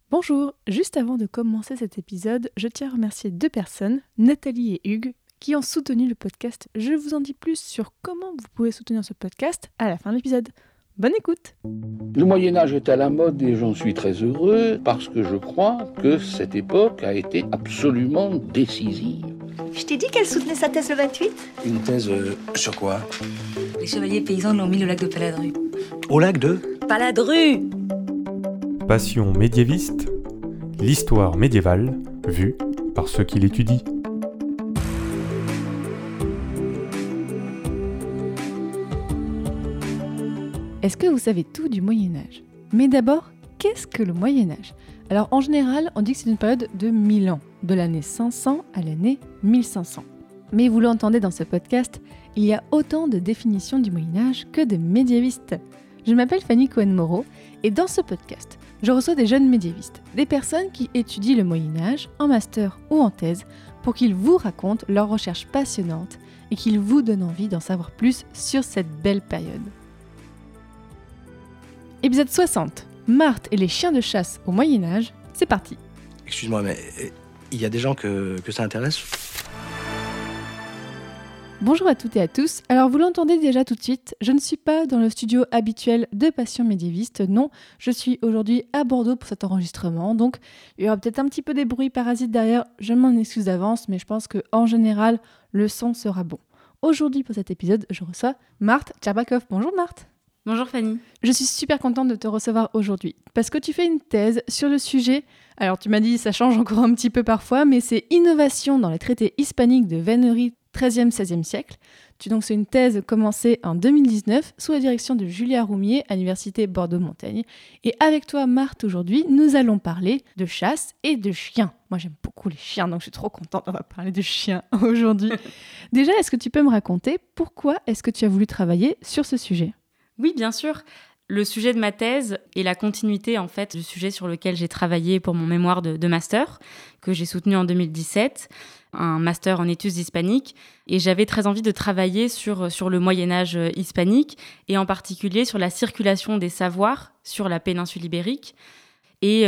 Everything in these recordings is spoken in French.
Bonjour, juste avant de commencer cet épisode, je tiens à remercier deux personnes, Nathalie et Hugues, qui ont soutenu le podcast. Je vous en dis plus sur comment vous pouvez soutenir ce podcast à la fin de l'épisode. Bonne écoute! Le Moyen-Âge est à la mode et j'en suis très heureux parce que je crois que cette époque a été absolument décisive. Je t'ai dit qu'elle soutenait sa thèse le 28 ? Une thèse sur quoi ? Les chevaliers paysans l'ont mis au lac de Paladru. Au lac de Paladru ! Passion médiéviste, l'histoire médiévale vue par ceux qui l'étudient. Est-ce que vous savez tout du Moyen-Âge ? Mais d'abord, qu'est-ce que le Moyen-Âge ? Alors en général, on dit que c'est une période de 1000 ans, de l'année 500 à l'année 1500. Mais vous l'entendez dans ce podcast, il y a autant de définitions du Moyen-Âge que de médiévistes. Je m'appelle Fanny Cohen-Moreau et dans ce podcast, je reçois des jeunes médiévistes, des personnes qui étudient le Moyen-Âge en master ou en thèse pour qu'ils vous racontent leurs recherches passionnantes et qu'ils vous donnent envie d'en savoir plus sur cette belle période. Épisode 60, Marthe et les chiens de chasse au Moyen-Âge, c'est parti. Excuse-moi, mais il y a des gens que ça intéresse ? Bonjour à toutes et à tous. Alors vous l'entendez déjà tout de suite, je ne suis pas dans le studio habituel de Passion médiéviste, non, je suis aujourd'hui à Bordeaux pour cet enregistrement, donc il y aura peut-être un petit peu des bruits parasites derrière, je m'en excuse d'avance, mais je pense qu'en général, le son sera bon. Aujourd'hui pour cet épisode, je reçois Marthe Tcherbakov. Bonjour Marthe. Bonjour Fanny. Je suis super contente de te recevoir aujourd'hui, parce que tu fais une thèse sur le sujet, alors tu m'as dit ça change encore un petit peu parfois, mais c'est Innovation dans les traités hispaniques de vénerie 13e, 16e siècle. C'est une thèse commencée en 2019 sous la direction de Julia Roumier à l'université Bordeaux-Montaigne. Et avec toi, Marthe, aujourd'hui, nous allons parler de chasse et de chiens. Moi, j'aime beaucoup les chiens, donc je suis trop contente, on va parler de chiens aujourd'hui. Déjà, est-ce que tu peux me raconter pourquoi est-ce que tu as voulu travailler sur ce sujet ? Oui, bien sûr. Le sujet de ma thèse est la continuité en fait du sujet sur lequel j'ai travaillé pour mon mémoire de master, que j'ai soutenu en 2017, un master en études hispaniques. Et j'avais très envie de travailler sur le Moyen-Âge hispanique, et en particulier sur la circulation des savoirs sur la péninsule ibérique. Et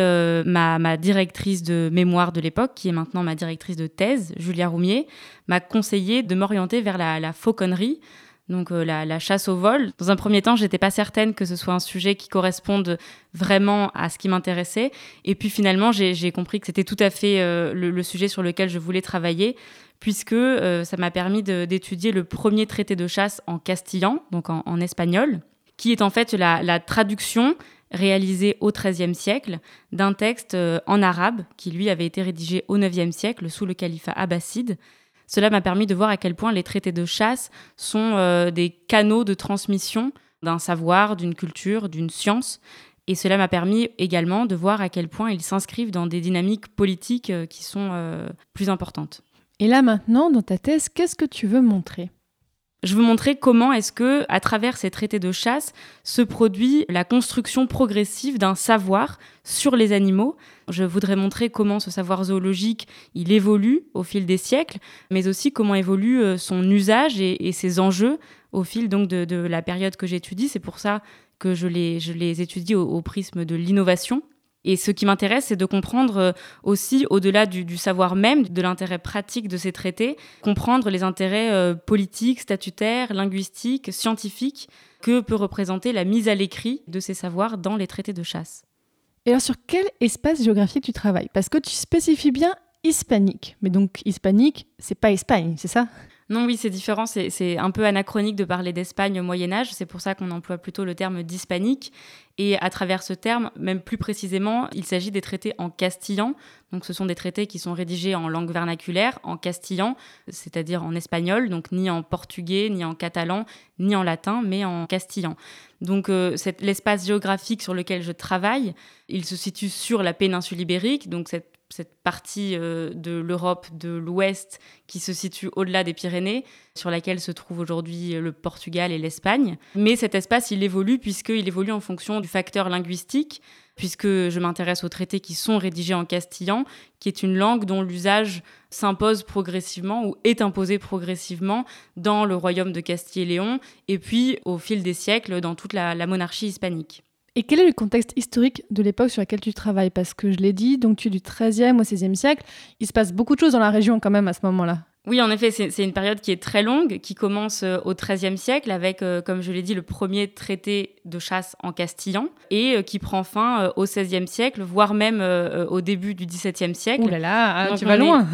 ma directrice de mémoire de l'époque, qui est maintenant ma directrice de thèse, Julia Roumier, m'a conseillé de m'orienter vers la fauconnerie, donc la chasse au vol. Dans un premier temps, je n'étais pas certaine que ce soit un sujet qui corresponde vraiment à ce qui m'intéressait. Et puis finalement, j'ai compris que c'était tout à fait le sujet sur lequel je voulais travailler, puisque ça m'a permis d'étudier le premier traité de chasse en castillan, donc en espagnol, qui est en fait la traduction réalisée au XIIIe siècle d'un texte en arabe, qui lui avait été rédigé au IXe siècle sous le califat abbasside. Cela m'a permis de voir à quel point les traités de chasse sont des canaux de transmission d'un savoir, d'une culture, d'une science. Et cela m'a permis également de voir à quel point ils s'inscrivent dans des dynamiques politiques qui sont plus importantes. Et là maintenant, dans ta thèse, qu'est-ce que tu veux montrer ? Je veux montrer comment est-ce que, à travers ces traités de chasse, se produit la construction progressive d'un savoir sur les animaux. Je voudrais montrer comment ce savoir zoologique, il évolue au fil des siècles, mais aussi comment évolue son usage et ses enjeux au fil donc de la période que j'étudie. C'est pour ça que je les étudie au prisme de l'innovation. Et ce qui m'intéresse, c'est de comprendre aussi, au-delà du savoir même, de l'intérêt pratique de ces traités, comprendre les intérêts politiques, statutaires, linguistiques, scientifiques que peut représenter la mise à l'écrit de ces savoirs dans les traités de chasse. Et alors sur quel espace géographique tu travailles ? Parce que tu spécifies bien hispanique, mais donc hispanique, c'est pas Espagne, c'est ça ? Non, oui, c'est différent. C'est un peu anachronique de parler d'Espagne au Moyen-Âge. C'est pour ça qu'on emploie plutôt le terme d'hispanique. Et à travers ce terme, même plus précisément, il s'agit des traités en castillan. Donc ce sont des traités qui sont rédigés en langue vernaculaire, en castillan, c'est-à-dire en espagnol, donc ni en portugais, ni en catalan, ni en latin, mais en castillan. Donc l'espace géographique sur lequel je travaille, il se situe sur la péninsule ibérique, donc cette partie de l'Europe de l'Ouest qui se situe au-delà des Pyrénées, sur laquelle se trouvent aujourd'hui le Portugal et l'Espagne. Mais cet espace, il évolue puisqu'il évolue en fonction du facteur linguistique, puisque je m'intéresse aux traités qui sont rédigés en castillan, qui est une langue dont l'usage s'impose progressivement ou est imposé progressivement dans le royaume de Castille et Léon, et puis au fil des siècles dans toute la monarchie hispanique. Et quel est le contexte historique de l'époque sur laquelle tu travailles? Parce que je l'ai dit, donc tu es du XIIIe au XVIe siècle. Il se passe beaucoup de choses dans la région quand même à ce moment-là. Oui, en effet, c'est une période qui est très longue, qui commence au XIIIe siècle avec, comme je l'ai dit, le premier traité de chasse en castillan et qui prend fin au XVIe siècle, voire même au début du XVIIe siècle. Ouh là là, donc tu vas loin.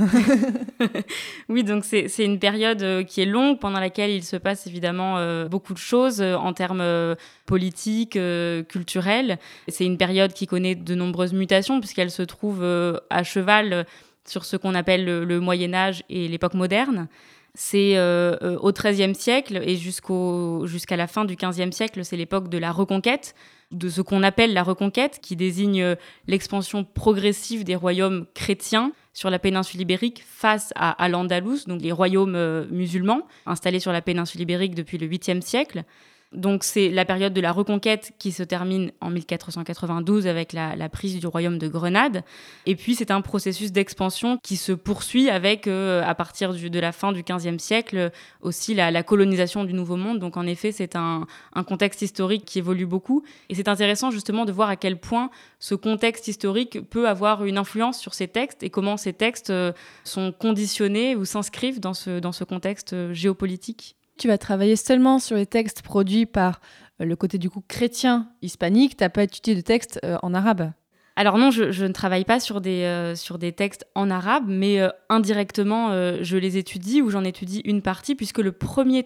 Oui, donc c'est une période qui est longue, pendant laquelle il se passe évidemment beaucoup de choses en termes politiques, culturels. C'est une période qui connaît de nombreuses mutations puisqu'elle se trouve à cheval sur ce qu'on appelle le Moyen-Âge et l'époque moderne. C'est au XIIIe siècle et jusqu'à la fin du XVe siècle, c'est l'époque de la Reconquête, de ce qu'on appelle la Reconquête, qui désigne l'expansion progressive des royaumes chrétiens sur la péninsule ibérique face à l'Andalous, donc les royaumes musulmans installés sur la péninsule ibérique depuis le 8e siècle. Donc c'est la période de la Reconquête qui se termine en 1492 avec la prise du royaume de Grenade. Et puis c'est un processus d'expansion qui se poursuit avec, à partir de la fin du XVe siècle, aussi la colonisation du Nouveau Monde. Donc en effet, c'est un contexte historique qui évolue beaucoup. Et c'est intéressant justement de voir à quel point ce contexte historique peut avoir une influence sur ces textes et comment ces textes sont conditionnés ou s'inscrivent dans ce contexte géopolitique. Tu vas travailler seulement sur les textes produits par le côté du coup chrétien hispanique. Tu n'as pas étudié de textes en arabe? Alors non, je ne travaille pas sur des textes en arabe, mais indirectement, je les étudie ou j'en étudie une partie, puisque le premier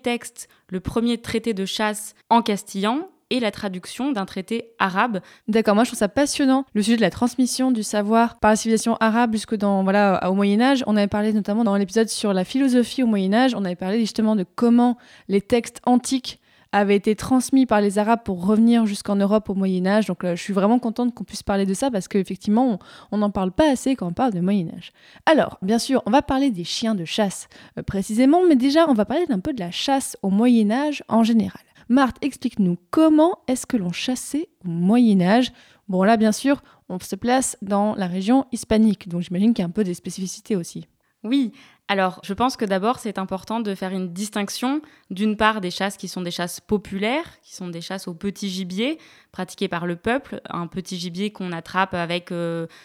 traité de chasse en castillan est la traduction d'un traité arabe. D'accord, moi je trouve ça passionnant, le sujet de la transmission du savoir par la civilisation arabe jusque au Moyen-Âge. On avait parlé notamment dans l'épisode sur la philosophie au Moyen-Âge, on avait parlé justement de comment les textes antiques avaient été transmis par les Arabes pour revenir jusqu'en Europe au Moyen-Âge. Donc je suis vraiment contente qu'on puisse parler de ça parce qu'effectivement, on n'en parle pas assez quand on parle de Moyen-Âge. Alors, bien sûr, on va parler des chiens de chasse précisément, mais déjà, on va parler un peu de la chasse au Moyen-Âge en général. Marthe, explique-nous comment est-ce que l'on chassait au Moyen-Âge? Bon, là, bien sûr, on se place dans la région hispanique, donc j'imagine qu'il y a un peu des spécificités aussi. Oui, alors je pense que d'abord, c'est important de faire une distinction, d'une part, des chasses qui sont des chasses populaires, qui sont des chasses au petit gibier, pratiquées par le peuple, un petit gibier qu'on attrape avec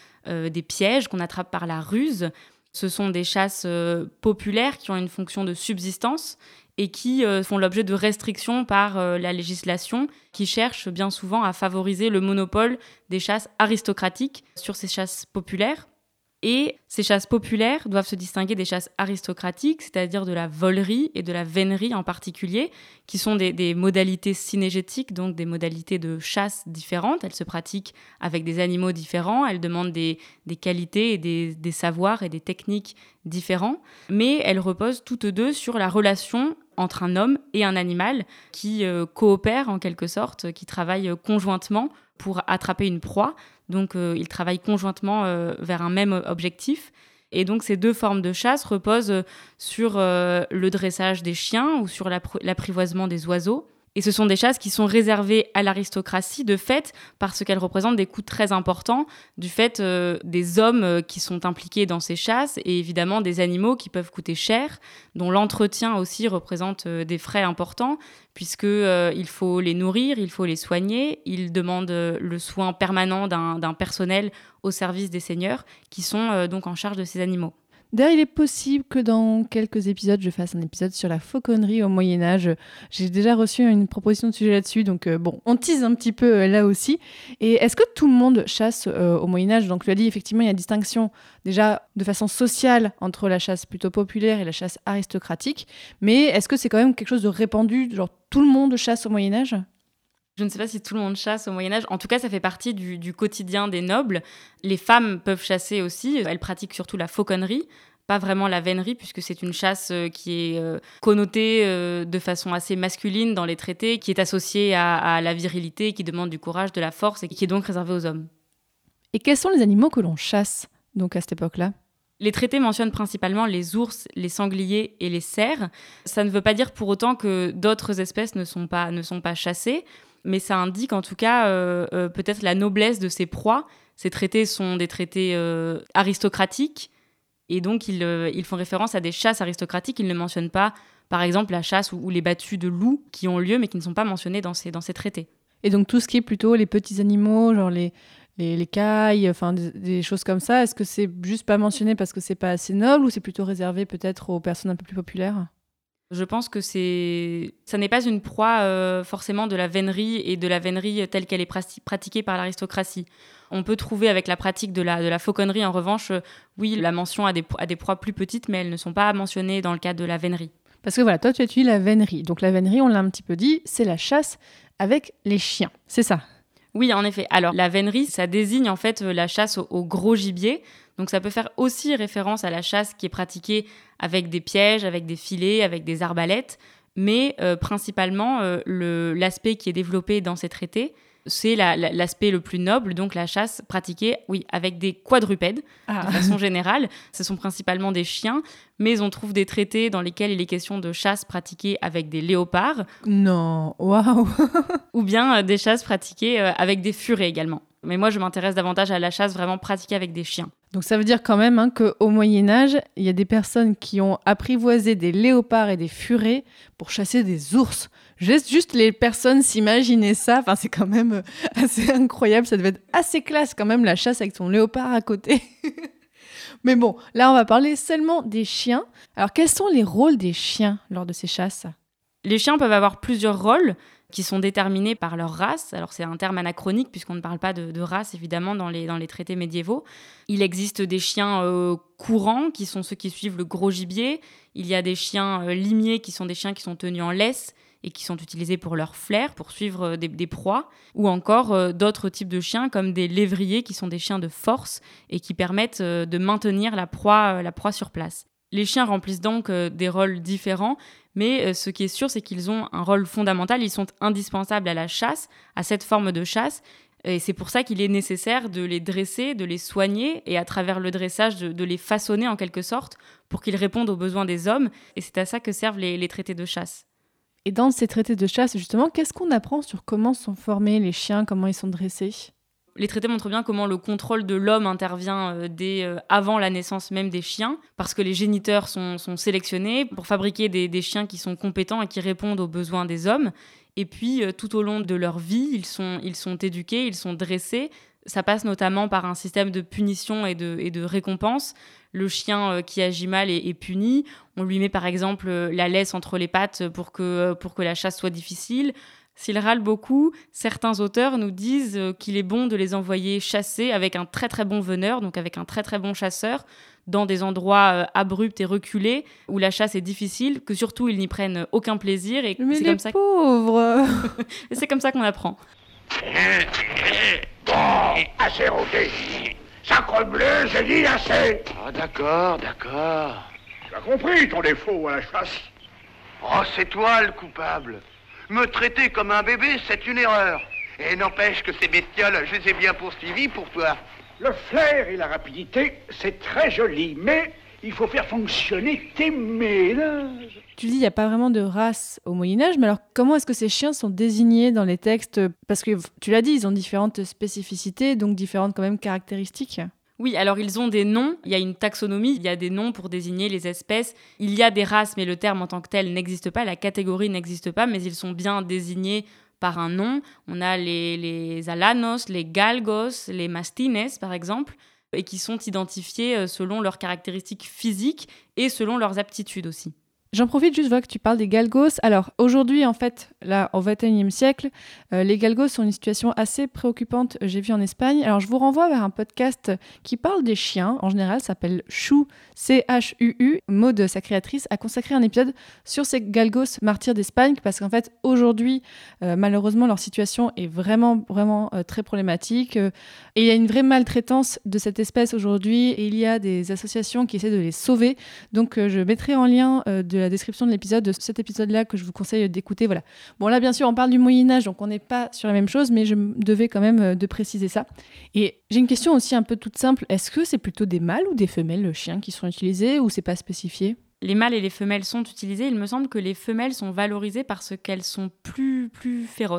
des pièges, qu'on attrape par la ruse. Ce sont des chasses populaires qui ont une fonction de subsistance et qui font l'objet de restrictions par la législation, qui cherchent bien souvent à favoriser le monopole des chasses aristocratiques sur ces chasses populaires. Et ces chasses populaires doivent se distinguer des chasses aristocratiques, c'est-à-dire de la volerie et de la vénerie en particulier, qui sont des modalités synégétiques, donc des modalités de chasse différentes. Elles se pratiquent avec des animaux différents, elles demandent des qualités et des savoirs et des techniques différents, mais elles reposent toutes deux sur la relation entre un homme et un animal qui coopèrent en quelque sorte, qui travaillent conjointement pour attraper une proie. Donc, ils travaillent conjointement vers un même objectif. Et donc, ces deux formes de chasse reposent sur le dressage des chiens ou sur l'apprivoisement des oiseaux. Et ce sont des chasses qui sont réservées à l'aristocratie de fait parce qu'elles représentent des coûts très importants du fait des hommes qui sont impliqués dans ces chasses et évidemment des animaux qui peuvent coûter cher, dont l'entretien aussi représente des frais importants puisqu'il faut les nourrir, il faut les soigner. Ils demandent le soin permanent d'un personnel au service des seigneurs qui sont donc en charge de ces animaux. D'ailleurs, il est possible que dans quelques épisodes, je fasse un épisode sur la fauconnerie au Moyen-Âge. J'ai déjà reçu une proposition de sujet là-dessus, donc bon, on tease un petit peu là aussi. Et est-ce que tout le monde chasse au Moyen-Âge? Donc, tu l'as dit, effectivement, il y a une distinction déjà de façon sociale entre la chasse plutôt populaire et la chasse aristocratique. Mais est-ce que c'est quand même quelque chose de répandu, genre tout le monde chasse au Moyen-Âge? Je ne sais pas si tout le monde chasse au Moyen-Âge. En tout cas, ça fait partie du quotidien des nobles. Les femmes peuvent chasser aussi. Elles pratiquent surtout la fauconnerie, pas vraiment la vénerie, puisque c'est une chasse qui est connotée de façon assez masculine dans les traités, qui est associée à la virilité, qui demande du courage, de la force, et qui est donc réservée aux hommes. Et quels sont les animaux que l'on chasse, donc, à cette époque-là ? Les traités mentionnent principalement les ours, les sangliers et les cerfs. Ça ne veut pas dire pour autant que d'autres espèces ne sont pas chassées, mais ça indique en tout cas peut-être la noblesse de ces proies. Ces traités sont des traités aristocratiques, et donc ils font référence à des chasses aristocratiques. Ils ne mentionnent pas, par exemple, la chasse ou les battues de loups qui ont lieu, mais qui ne sont pas mentionnées dans ces traités. Et donc tout ce qui est plutôt les petits animaux, genre les cailles, enfin des choses comme ça, est-ce que c'est juste pas mentionné parce que c'est pas assez noble ou c'est plutôt réservé peut-être aux personnes un peu plus populaires ? Je pense que ça n'est pas une proie forcément de la vénerie et de la vénerie telle qu'elle est pratiquée par l'aristocratie. On peut trouver avec la pratique de la fauconnerie, en revanche, oui, la mention à des proies plus petites, mais elles ne sont pas mentionnées dans le cadre de la vénerie. Parce que voilà, toi tu étudies la vénerie. Donc la vénerie, on l'a un petit peu dit, c'est la chasse avec les chiens, c'est ça ? Oui, en effet. Alors la vénerie, ça désigne en fait la chasse au gros gibier. Donc ça peut faire aussi référence à la chasse qui est pratiquée avec des pièges, avec des filets, avec des arbalètes. Mais principalement, l'aspect qui est développé dans ces traités, c'est l'aspect le plus noble, donc la chasse pratiquée, oui, avec des quadrupèdes, de façon générale. Ce sont principalement des chiens, mais on trouve des traités dans lesquels il est question de chasse pratiquée avec des léopards. Non, waouh. Ou bien des chasses pratiquées avec des furets également. Mais moi, je m'intéresse davantage à la chasse vraiment pratiquée avec des chiens. Donc ça veut dire quand même qu'au Moyen-Âge, il y a des personnes qui ont apprivoisé des léopards et des furets pour chasser des ours. Je laisse juste les personnes s'imaginer ça. Enfin, c'est quand même assez incroyable. Ça devait être assez classe quand même, la chasse avec ton léopard à côté. Mais bon, là, on va parler seulement des chiens. Alors, quels sont les rôles des chiens lors de ces chasses ? Les chiens peuvent avoir plusieurs rôles qui sont déterminés par leur race. Alors, c'est un terme anachronique puisqu'on ne parle pas de race, évidemment, dans les traités médiévaux. Il existe des chiens courants qui sont ceux qui suivent le gros gibier. Il y a des chiens limiers qui sont des chiens qui sont tenus en laisse et qui sont utilisés pour leur flair, pour suivre des proies, ou encore d'autres types de chiens comme des lévriers qui sont des chiens de force et qui permettent de maintenir la proie sur place. Les chiens remplissent donc des rôles différents, mais ce qui est sûr, c'est qu'ils ont un rôle fondamental, ils sont indispensables à la chasse, à cette forme de chasse, et c'est pour ça qu'il est nécessaire de les dresser, de les soigner, et à travers le dressage, de les façonner en quelque sorte, pour qu'ils répondent aux besoins des hommes, et c'est à ça que servent les traités de chasse. Et dans ces traités de chasse, justement, qu'est-ce qu'on apprend sur comment sont formés les chiens, comment ils sont dressés ? Les traités montrent bien comment le contrôle de l'homme intervient avant la naissance même des chiens, parce que les géniteurs sont sélectionnés pour fabriquer des chiens qui sont compétents et qui répondent aux besoins des hommes. Et puis, tout au long de leur vie, ils sont éduqués, ils sont dressés. Ça passe notamment par un système de punition et de récompense. Le chien qui agit mal est puni. On lui met par exemple la laisse entre les pattes pour que la chasse soit difficile. S'il râle beaucoup, certains auteurs nous disent qu'il est bon de les envoyer chasser avec un très très bon veneur, donc avec un très très bon chasseur, dans des endroits abrupts et reculés où la chasse est difficile, que surtout ils n'y prennent aucun plaisir. Et mais c'est les comme pauvres. Et c'est comme ça qu'on apprend. Bon, assez rôté. Sacrebleu, j'ai dit assez. Ah, d'accord. Tu as compris ton défaut à la chasse. Oh, c'est toi le coupable. Me traiter comme un bébé, c'est une erreur. Et n'empêche que ces bestioles, je les ai bien poursuivies pour toi. Le flair et la rapidité, c'est très joli, mais il faut faire fonctionner tes ménages. Tu dis, il n'y a pas vraiment de race au Moyen-Âge, mais alors comment est-ce que ces chiens sont désignés dans les textes ? Parce que tu l'as dit, ils ont différentes spécificités, donc différentes quand même caractéristiques. Oui, alors ils ont des noms, il y a une taxonomie, il y a des noms pour désigner les espèces. Il y a des races, mais le terme en tant que tel n'existe pas, la catégorie n'existe pas, mais ils sont bien désignés par un nom. On a les alanos, les galgos, les mastines par exemple, et qui sont identifiés selon leurs caractéristiques physiques et selon leurs aptitudes aussi. J'en profite juste, voilà, que tu parles des galgos. Alors, aujourd'hui, en fait, là, au XXIe siècle, les galgos sont une situation assez préoccupante, j'ai vu en Espagne. Alors, je vous renvoie vers un podcast qui parle des chiens, en général, ça s'appelle Chou, C-H-U-U. Maud, sa créatrice, a consacré un épisode sur ces galgos martyrs d'Espagne, parce qu'en fait, aujourd'hui, malheureusement, leur situation est vraiment, vraiment très problématique. Et il y a une vraie maltraitance de cette espèce aujourd'hui, et il y a des associations qui essaient de les sauver. Donc, je mettrai en lien de la description de l'épisode, de cet épisode-là que je vous conseille d'écouter. Voilà. Bon, là, bien sûr, on parle du Moyen-Âge, donc on n'est pas sur la même chose, mais je devais quand même de préciser ça. Et j'ai une question aussi un peu toute simple. Est-ce que c'est plutôt des mâles ou des femelles, le chien, qui sont utilisés, ou c'est pas spécifié ? Les mâles et les femelles sont utilisés. Il me semble que les femelles sont valorisées parce qu'elles sont plus féroces.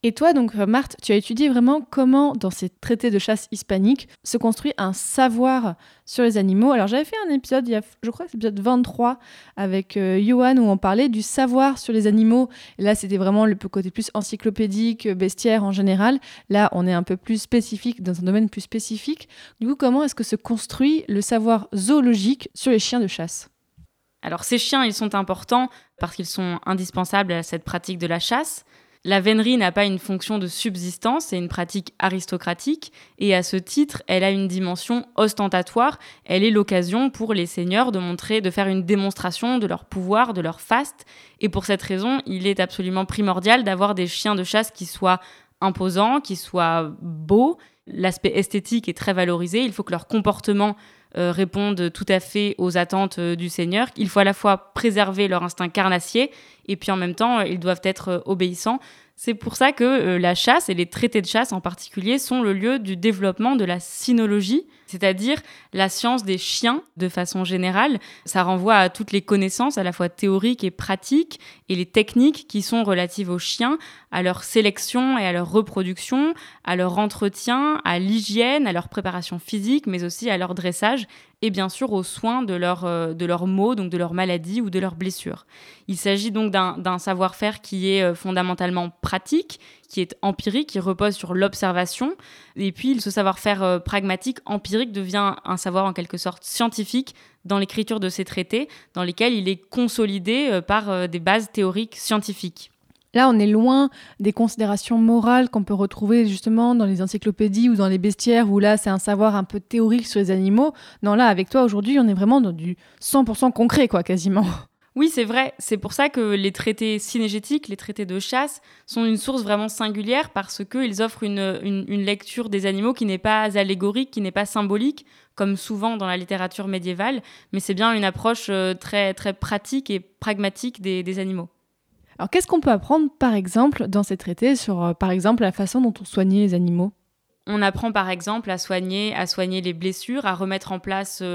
Et toi, donc Marthe, tu as étudié vraiment comment, dans ces traités de chasse hispaniques, se construit un savoir sur les animaux. Alors j'avais fait un épisode, je crois que c'est l'épisode 23, avec Johan, où on parlait du savoir sur les animaux. Et là, c'était vraiment le côté plus encyclopédique, bestiaire en général. Là, on est un peu plus spécifique, dans un domaine plus spécifique. Du coup, comment est-ce que se construit le savoir zoologique sur les chiens de chasse ? Alors ces chiens, ils sont importants parce qu'ils sont indispensables à cette pratique de la chasse. La vénerie n'a pas une fonction de subsistance, c'est une pratique aristocratique et à ce titre, elle a une dimension ostentatoire. Elle est l'occasion pour les seigneurs de faire une démonstration de leur pouvoir, de leur faste. Et pour cette raison, il est absolument primordial d'avoir des chiens de chasse qui soient imposants, qui soient beaux. L'aspect esthétique est très valorisé. Il faut que leur comportement répondent tout à fait aux attentes du seigneur. Il faut à la fois préserver leur instinct carnassier et puis en même temps, ils doivent être obéissants. C'est pour ça que la chasse et les traités de chasse en particulier sont le lieu du développement de la cynologie, c'est-à-dire la science des chiens de façon générale. Ça renvoie à toutes les connaissances à la fois théoriques et pratiques et les techniques qui sont relatives aux chiens, à leur sélection et à leur reproduction, à leur entretien, à l'hygiène, à leur préparation physique, mais aussi à leur dressage et bien sûr aux soins de leurs maux, donc de leurs maladies ou de leurs blessures. Il s'agit donc d'un savoir-faire qui est fondamentalement pratique, qui est empirique, qui repose sur l'observation. Et puis, ce savoir-faire pragmatique, empirique, devient un savoir en quelque sorte scientifique dans l'écriture de ces traités, dans lesquels il est consolidé par des bases théoriques scientifiques. Là, on est loin des considérations morales qu'on peut retrouver justement dans les encyclopédies ou dans les bestiaires, où là, c'est un savoir un peu théorique sur les animaux. Non, là, avec toi, aujourd'hui, on est vraiment dans du 100% concret, quoi, quasiment. Oui, c'est vrai. C'est pour ça que les traités cynégétiques, les traités de chasse, sont une source vraiment singulière parce qu'ils offrent une lecture des animaux qui n'est pas allégorique, qui n'est pas symbolique, comme souvent dans la littérature médiévale, mais c'est bien une approche très, très pratique et pragmatique des animaux. Alors, qu'est-ce qu'on peut apprendre, par exemple, dans ces traités sur, par exemple, la façon dont on soignait les animaux ? On apprend, par exemple, à soigner les blessures, à remettre en place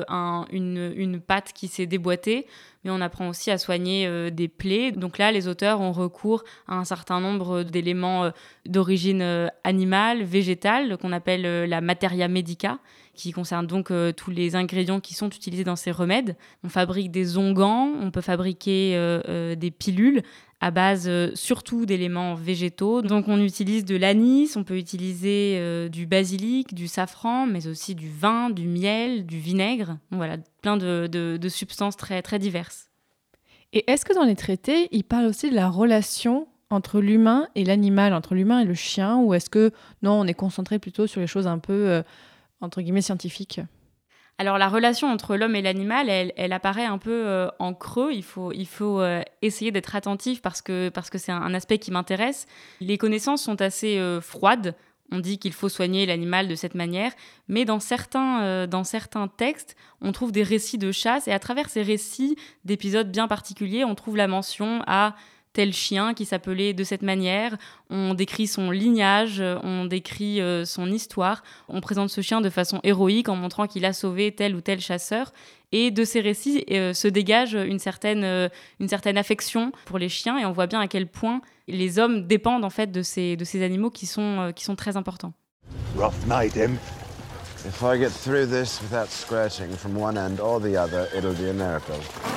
une patte qui s'est déboîtée, mais on apprend aussi à soigner des plaies. Donc là, les auteurs ont recours à un certain nombre d'éléments d'origine animale, végétale, qu'on appelle la materia medica, qui concerne donc tous les ingrédients qui sont utilisés dans ces remèdes. On fabrique des onguents, on peut fabriquer des pilules à base surtout d'éléments végétaux. Donc on utilise de l'anis, on peut utiliser du basilic, du safran, mais aussi du vin, du miel, du vinaigre. Donc voilà, plein de substances très, très diverses. Et est-ce que dans les traités, ils parlent aussi de la relation entre l'humain et l'animal, entre l'humain et le chien, ou est-ce que non, on est concentré plutôt sur les choses un peu, entre guillemets, scientifiques ? Alors la relation entre l'homme et l'animal, elle apparaît un peu en creux. Il faut essayer d'être attentif parce que c'est un aspect qui m'intéresse. Les connaissances sont assez froides. On dit qu'il faut soigner l'animal de cette manière, mais dans certains textes, on trouve des récits de chasse et à travers ces récits d'épisodes bien particuliers, on trouve la mention à tel chien qui s'appelait de cette manière, on décrit son lignage, on décrit son histoire, on présente ce chien de façon héroïque en montrant qu'il a sauvé tel ou tel chasseur. Et de ces récits se dégage une certaine affection pour les chiens et on voit bien à quel point les hommes dépendent en fait de ces animaux qui sont très importants. Rough night, Im. If I get through this without scratching from one end or the other, it'll be a miracle.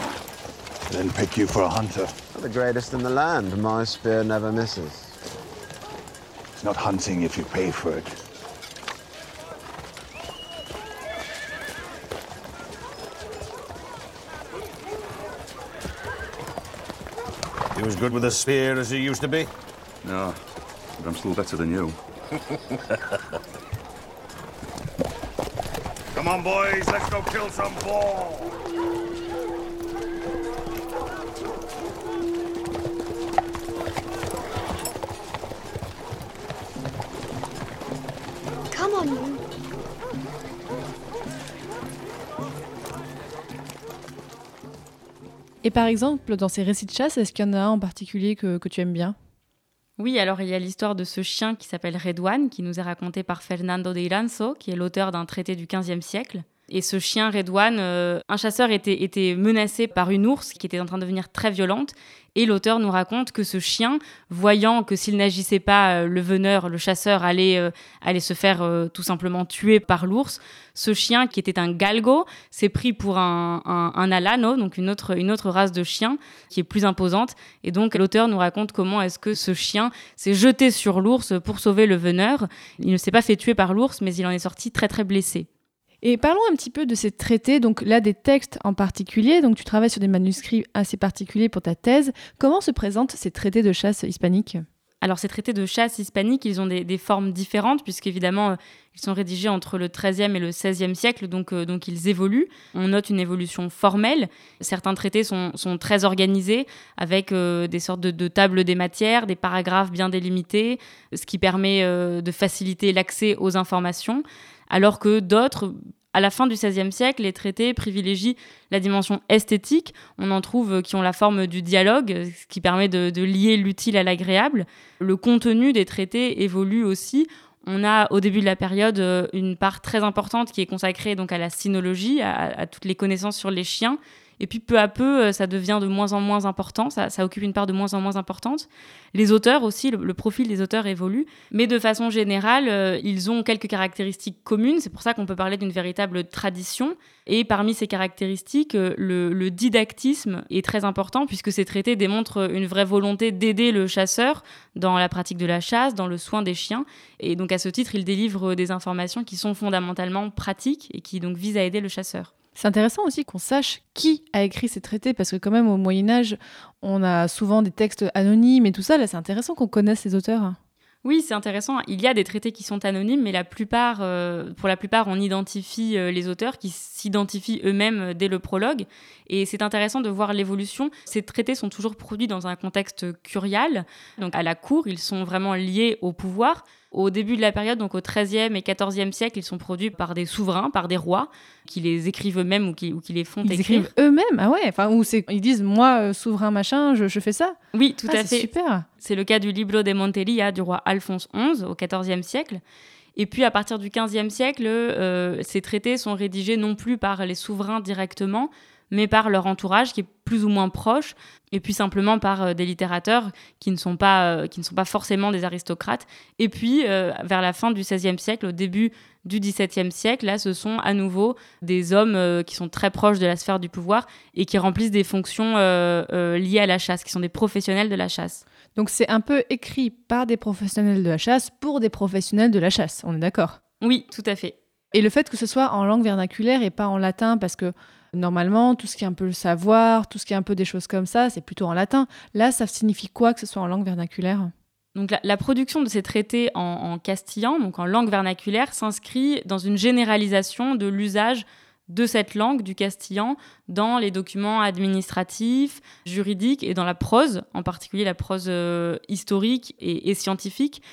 Then pick you for a hunter. The greatest in the land. My spear never misses. It's not hunting if you pay for it. You as good with a spear as you used to be? No, but I'm still better than you. Come on, boys, let's go kill some boar! Come on, you. Et par exemple, dans ces récits de chasse, est-ce qu'il y en a un en particulier que tu aimes bien ? Oui, alors il y a l'histoire de ce chien qui s'appelle Redouane, qui nous est raconté par Fernando de Iranzo, qui est l'auteur d'un traité du XVe siècle. Et ce chien, Redouane, un chasseur était menacé par une ours qui était en train de devenir très violente. Et l'auteur nous raconte que ce chien, voyant que s'il n'agissait pas, le veneur, le chasseur, allait se faire tout simplement tuer par l'ours. Ce chien, qui était un galgo, s'est pris pour un alano, donc une autre race de chien qui est plus imposante. Et donc l'auteur nous raconte comment est-ce que ce chien s'est jeté sur l'ours pour sauver le veneur. Il ne s'est pas fait tuer par l'ours, mais il en est sorti très très blessé. Et parlons un petit peu de ces traités, donc là des textes en particulier, donc tu travailles sur des manuscrits assez particuliers pour ta thèse. Comment se présentent ces traités de chasse hispaniques ? Alors ces traités de chasse hispaniques, ils ont des formes différentes, puisqu'évidemment ils sont rédigés entre le XIIIe et le XVIe siècle, donc ils évoluent. On note une évolution formelle. Certains traités sont très organisés, avec des sortes de tables des matières, des paragraphes bien délimités, ce qui permet de faciliter l'accès aux informations. Alors que d'autres, à la fin du XVIe siècle, les traités privilégient la dimension esthétique. On en trouve qui ont la forme du dialogue, ce qui permet de lier l'utile à l'agréable. Le contenu des traités évolue aussi. On a au début de la période une part très importante qui est consacrée donc à la cynologie, à toutes les connaissances sur les chiens. Et puis peu à peu, ça devient de moins en moins important, ça occupe une part de moins en moins importante. Les auteurs aussi, le profil des auteurs évolue, mais de façon générale, ils ont quelques caractéristiques communes, c'est pour ça qu'on peut parler d'une véritable tradition. Et parmi ces caractéristiques, le didactisme est très important, puisque ces traités démontrent une vraie volonté d'aider le chasseur dans la pratique de la chasse, dans le soin des chiens. Et donc à ce titre, ils délivrent des informations qui sont fondamentalement pratiques et qui donc visent à aider le chasseur. C'est intéressant aussi qu'on sache qui a écrit ces traités, parce que quand même au Moyen-Âge, on a souvent des textes anonymes et tout ça. Là, c'est intéressant qu'on connaisse les auteurs. Oui, c'est intéressant. Il y a des traités qui sont anonymes, mais pour la plupart, on identifie les auteurs qui s'identifient eux-mêmes dès le prologue. Et c'est intéressant de voir l'évolution. Ces traités sont toujours produits dans un contexte curial. Donc à la cour, ils sont vraiment liés au pouvoir. Au début de la période, donc au XIIIe et XIVe siècle, ils sont produits par des souverains, par des rois, qui les écrivent eux-mêmes ou qui les font écrire. Ils écrivent eux-mêmes, ah ouais, enfin, ils disent, moi, souverain machin, je fais ça. Oui, tout à fait. C'est super. C'est le cas du Libro de Monteria du roi Alphonse XI au XIVe siècle. Et puis, à partir du XVe siècle, ces traités sont rédigés non plus par les souverains directement, mais par leur entourage qui est plus ou moins proche, et puis simplement par des littérateurs qui ne sont pas forcément des aristocrates. Et puis, vers la fin du XVIe siècle, au début du XVIIe siècle, là, ce sont à nouveau des hommes qui sont très proches de la sphère du pouvoir et qui remplissent des fonctions liées à la chasse, qui sont des professionnels de la chasse. Donc c'est un peu écrit par des professionnels de la chasse pour des professionnels de la chasse, on est d'accord ? Oui, tout à fait. Et le fait que ce soit en langue vernaculaire et pas en latin, parce que normalement, tout ce qui est un peu le savoir, tout ce qui est un peu des choses comme ça, c'est plutôt en latin. Là, ça signifie quoi que ce soit en langue vernaculaire ? Donc la production de ces traités en castillan, donc en langue vernaculaire, s'inscrit dans une généralisation de l'usage de cette langue, du castillan, dans les documents administratifs, juridiques et dans la prose, en particulier la prose historique et scientifique.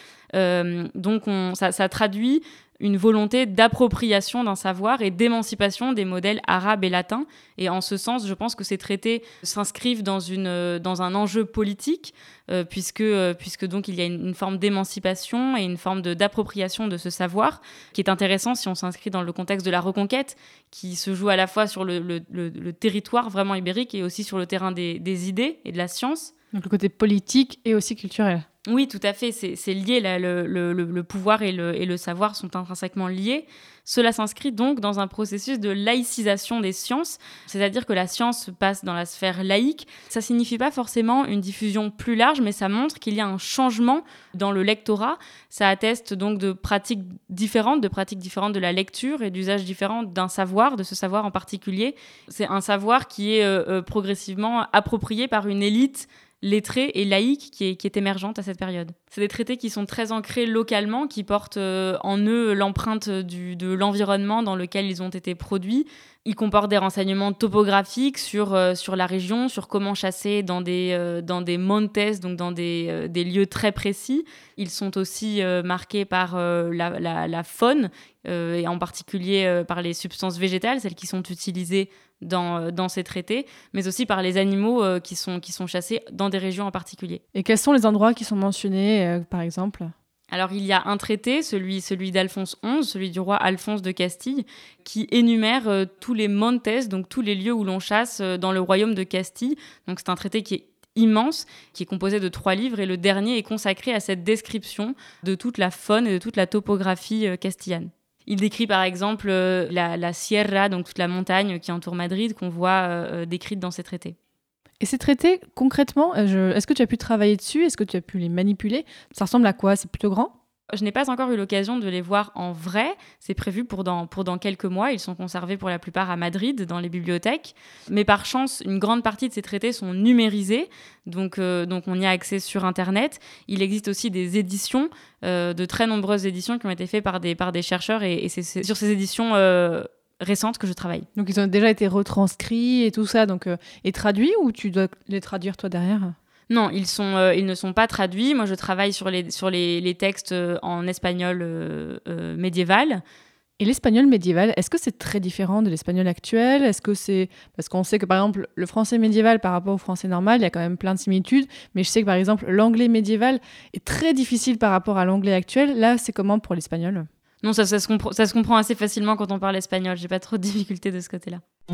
Donc ça traduit une volonté d'appropriation d'un savoir et d'émancipation des modèles arabes et latins. Et en ce sens, je pense que ces traités s'inscrivent dans un enjeu politique, puisque donc il y a une forme d'émancipation et une forme d'appropriation de ce savoir, qui est intéressant si on s'inscrit dans le contexte de la Reconquête, qui se joue à la fois sur le territoire vraiment ibérique et aussi sur le terrain des idées et de la science. Donc le côté politique et aussi culturel. Oui, tout à fait, c'est lié, là, le pouvoir et le savoir sont intrinsèquement liés. Cela s'inscrit donc dans un processus de laïcisation des sciences, c'est-à-dire que la science passe dans la sphère laïque. Ça ne signifie pas forcément une diffusion plus large, mais ça montre qu'il y a un changement dans le lectorat. Ça atteste donc de pratiques différentes de la lecture et d'usages différents d'un savoir, de ce savoir en particulier. C'est un savoir qui est progressivement approprié par une élite lettrée et laïque qui est émergente à cette période. C'est des traités qui sont très ancrés localement, qui portent en eux l'empreinte de l'environnement dans lequel ils ont été produits. Ils comportent des renseignements topographiques sur la région, sur comment chasser dans des montes, donc dans des lieux très précis. Ils sont aussi marqués par la faune, et en particulier par les substances végétales, celles qui sont utilisées dans ces traités, mais aussi par les animaux qui sont chassés dans des régions en particulier. Et quels sont les endroits qui sont mentionnés, par exemple ? Alors il y a un traité, celui d'Alphonse XI, celui du roi Alphonse de Castille, qui énumère tous les montes, donc tous les lieux où l'on chasse dans le royaume de Castille. Donc c'est un traité qui est immense, qui est composé de 3 livres, et le dernier est consacré à cette description de toute la faune et de toute la topographie castillane. Il décrit par exemple la Sierra, donc toute la montagne qui entoure Madrid, qu'on voit décrite dans ces traités. Et ces traités, concrètement, est-ce que tu as pu travailler dessus ? Est-ce que tu as pu les manipuler ? Ça ressemble à quoi ? C'est plutôt grand ? Je n'ai pas encore eu l'occasion de les voir en vrai. C'est prévu pour dans quelques mois. Ils sont conservés pour la plupart à Madrid, dans les bibliothèques. Mais par chance, une grande partie de ces traités sont numérisés. Donc on y a accès sur Internet. Il existe aussi des éditions, de très nombreuses éditions qui ont été faites par des chercheurs. Et c'est sur ces éditions récentes que je travaille. Donc ils ont déjà été retranscrits et tout ça, et traduits, ou tu dois les traduire toi derrière ? Non, ils ne sont pas traduits. Moi, je travaille sur les textes en espagnol médiéval. Et l'espagnol médiéval, est-ce que c'est très différent de l'espagnol actuel ? Est-ce que c'est... Parce qu'on sait que, par exemple, le français médiéval par rapport au français normal, il y a quand même plein de similitudes. Mais je sais que, par exemple, l'anglais médiéval est très difficile par rapport à l'anglais actuel. Là, c'est comment pour l'espagnol ? Non, ça se comprend assez facilement quand on parle espagnol. J'ai pas trop de difficultés de ce côté-là.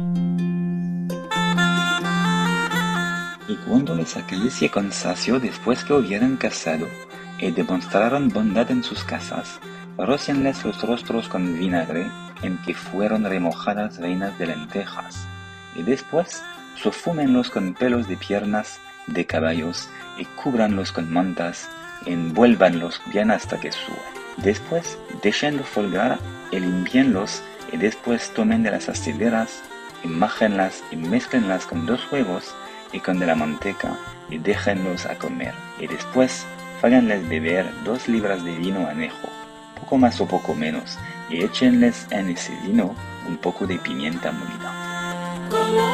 Y cuando les acaricie con sacio después que hubieran casado, y demostraron bondad en sus casas, rocíanles los rostros con vinagre en que fueron remojadas reinas de lentejas, y después sofúmenlos con pelos de piernas de caballos y cúbranlos con mantas, y envuélvanlos bien hasta que suban. Después, déjenlo folgar y limpienlos, y después tomen de las astileras, y májenlas y mezclenlas con 2 huevos y con de la manteca, y déjenlos a comer. Y después, háganles beber 2 libras de vino anejo, poco más o poco menos, y échenles en ese vino un poco de pimienta molida.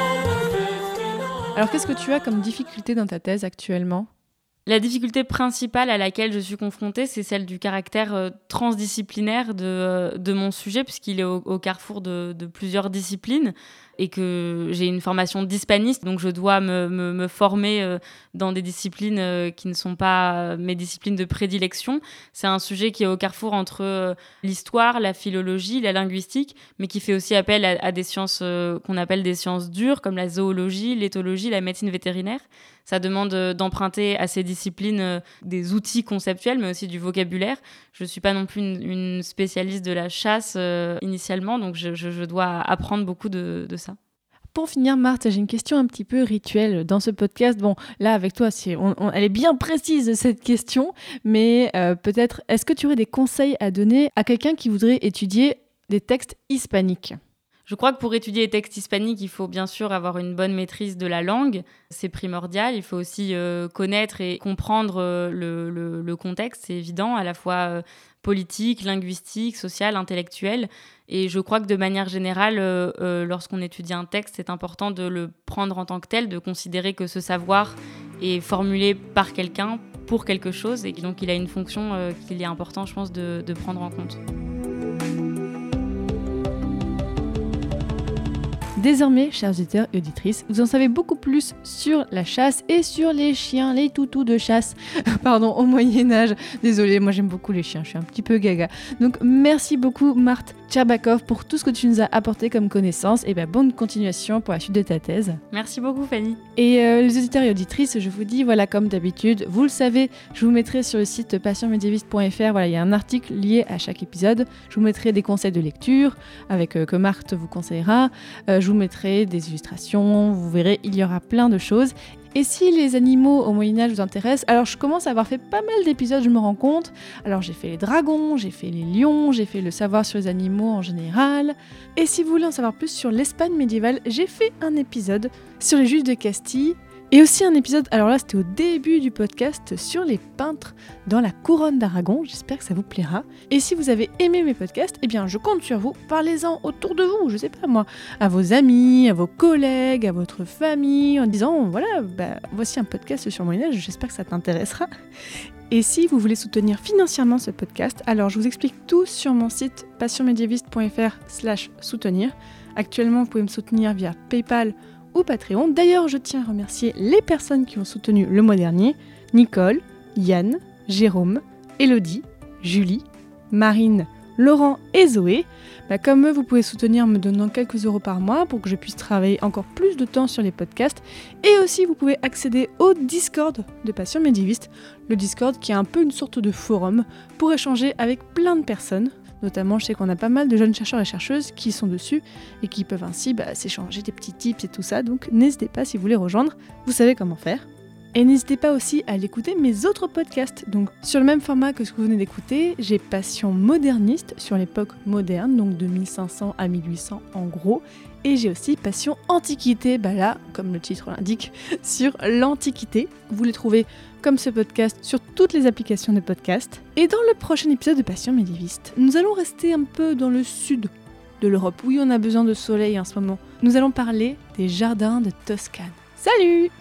Alors qu'est-ce que tu as comme difficulté dans ta thèse actuellement ? La difficulté principale à laquelle je suis confrontée, c'est celle du caractère transdisciplinaire de mon sujet, puisqu'il est au carrefour de plusieurs disciplines, et que j'ai une formation d'hispaniste, donc je dois me former dans des disciplines qui ne sont pas mes disciplines de prédilection. C'est un sujet qui est au carrefour entre l'histoire, la philologie, la linguistique, mais qui fait aussi appel à des sciences qu'on appelle des sciences dures, comme la zoologie, l'éthologie, la médecine vétérinaire. Ça demande d'emprunter à ces disciplines des outils conceptuels, mais aussi du vocabulaire. Je ne suis pas non plus une spécialiste de la chasse initialement, donc je dois apprendre beaucoup de ça. Pour finir, Marthe, j'ai une question un petit peu rituelle dans ce podcast. Bon, là, avec toi, elle est bien précise, cette question, mais peut-être, est-ce que tu aurais des conseils à donner à quelqu'un qui voudrait étudier des textes hispaniques ? Je crois que pour étudier les textes hispaniques, il faut bien sûr avoir une bonne maîtrise de la langue. C'est primordial. Il faut aussi connaître et comprendre le contexte. C'est évident, à la fois politique, linguistique, social, intellectuel. Et je crois que de manière générale, lorsqu'on étudie un texte, c'est important de le prendre en tant que tel, de considérer que ce savoir est formulé par quelqu'un pour quelque chose. Et donc, il a une fonction qu'il est important, je pense, de prendre en compte. Désormais, chers auditeurs et auditrices, vous en savez beaucoup plus sur la chasse et sur les chiens, les toutous de chasse, au Moyen-Âge. Désolée, moi j'aime beaucoup les chiens, je suis un petit peu gaga. Donc merci beaucoup Marthe Tcherbakov pour tout ce que tu nous as apporté comme connaissances, et bonne continuation pour la suite de ta thèse. Merci beaucoup Fanny. Et les auditeurs et auditrices, je vous dis, voilà, comme d'habitude, vous le savez, je vous mettrai sur le site passionmédiéviste.fr, il y a un article lié à chaque épisode. Je vous mettrai des conseils de lecture que Marthe vous conseillera. Je vous mettrai des illustrations, vous verrez, il y aura plein de choses. Et si les animaux au Moyen-Âge vous intéressent, alors je commence à avoir fait pas mal d'épisodes, je me rends compte. Alors j'ai fait les dragons, j'ai fait les lions, j'ai fait le savoir sur les animaux en général. Et si vous voulez en savoir plus sur l'Espagne médiévale, j'ai fait un épisode sur les Juifs de Castille. Et aussi un épisode, alors là c'était au début du podcast, sur les peintres dans la couronne d'Aragon. J'espère que ça vous plaira. Et si vous avez aimé mes podcasts, je compte sur vous. Parlez-en autour de vous, je sais pas moi, à vos amis, à vos collègues, à votre famille, en disant voilà, voici un podcast sur le Moyen-Âge, j'espère que ça t'intéressera. Et si vous voulez soutenir financièrement ce podcast, alors je vous explique tout sur mon site passionmédiéviste.fr/soutenir. Actuellement, vous pouvez me soutenir via PayPal ou Patreon. D'ailleurs, je tiens à remercier les personnes qui ont soutenu le mois dernier: Nicole, Yann, Jérôme, Elodie, Julie, Marine, Laurent et Zoé. Comme eux, vous pouvez soutenir en me donnant quelques euros par mois pour que je puisse travailler encore plus de temps sur les podcasts. Et aussi, vous pouvez accéder au Discord de Passion Médiéviste, le Discord qui est un peu une sorte de forum pour échanger avec plein de personnes. Notamment, je sais qu'on a pas mal de jeunes chercheurs et chercheuses qui sont dessus et qui peuvent ainsi s'échanger des petits tips et tout ça. Donc n'hésitez pas si vous voulez rejoindre, vous savez comment faire. Et n'hésitez pas aussi à aller écouter mes autres podcasts. Donc sur le même format que ce que vous venez d'écouter, j'ai Passion moderniste sur l'époque moderne, donc de 1500 à 1800 en gros. Et j'ai aussi Passion antiquité, là, comme le titre l'indique, sur l'antiquité. Vous les trouvez comme ce podcast sur toutes les applications de podcast. Et dans le prochain épisode de Passion médiéviste, nous allons rester un peu dans le sud de l'Europe. Oui, on a besoin de soleil en ce moment. Nous allons parler des jardins de Toscane. Salut!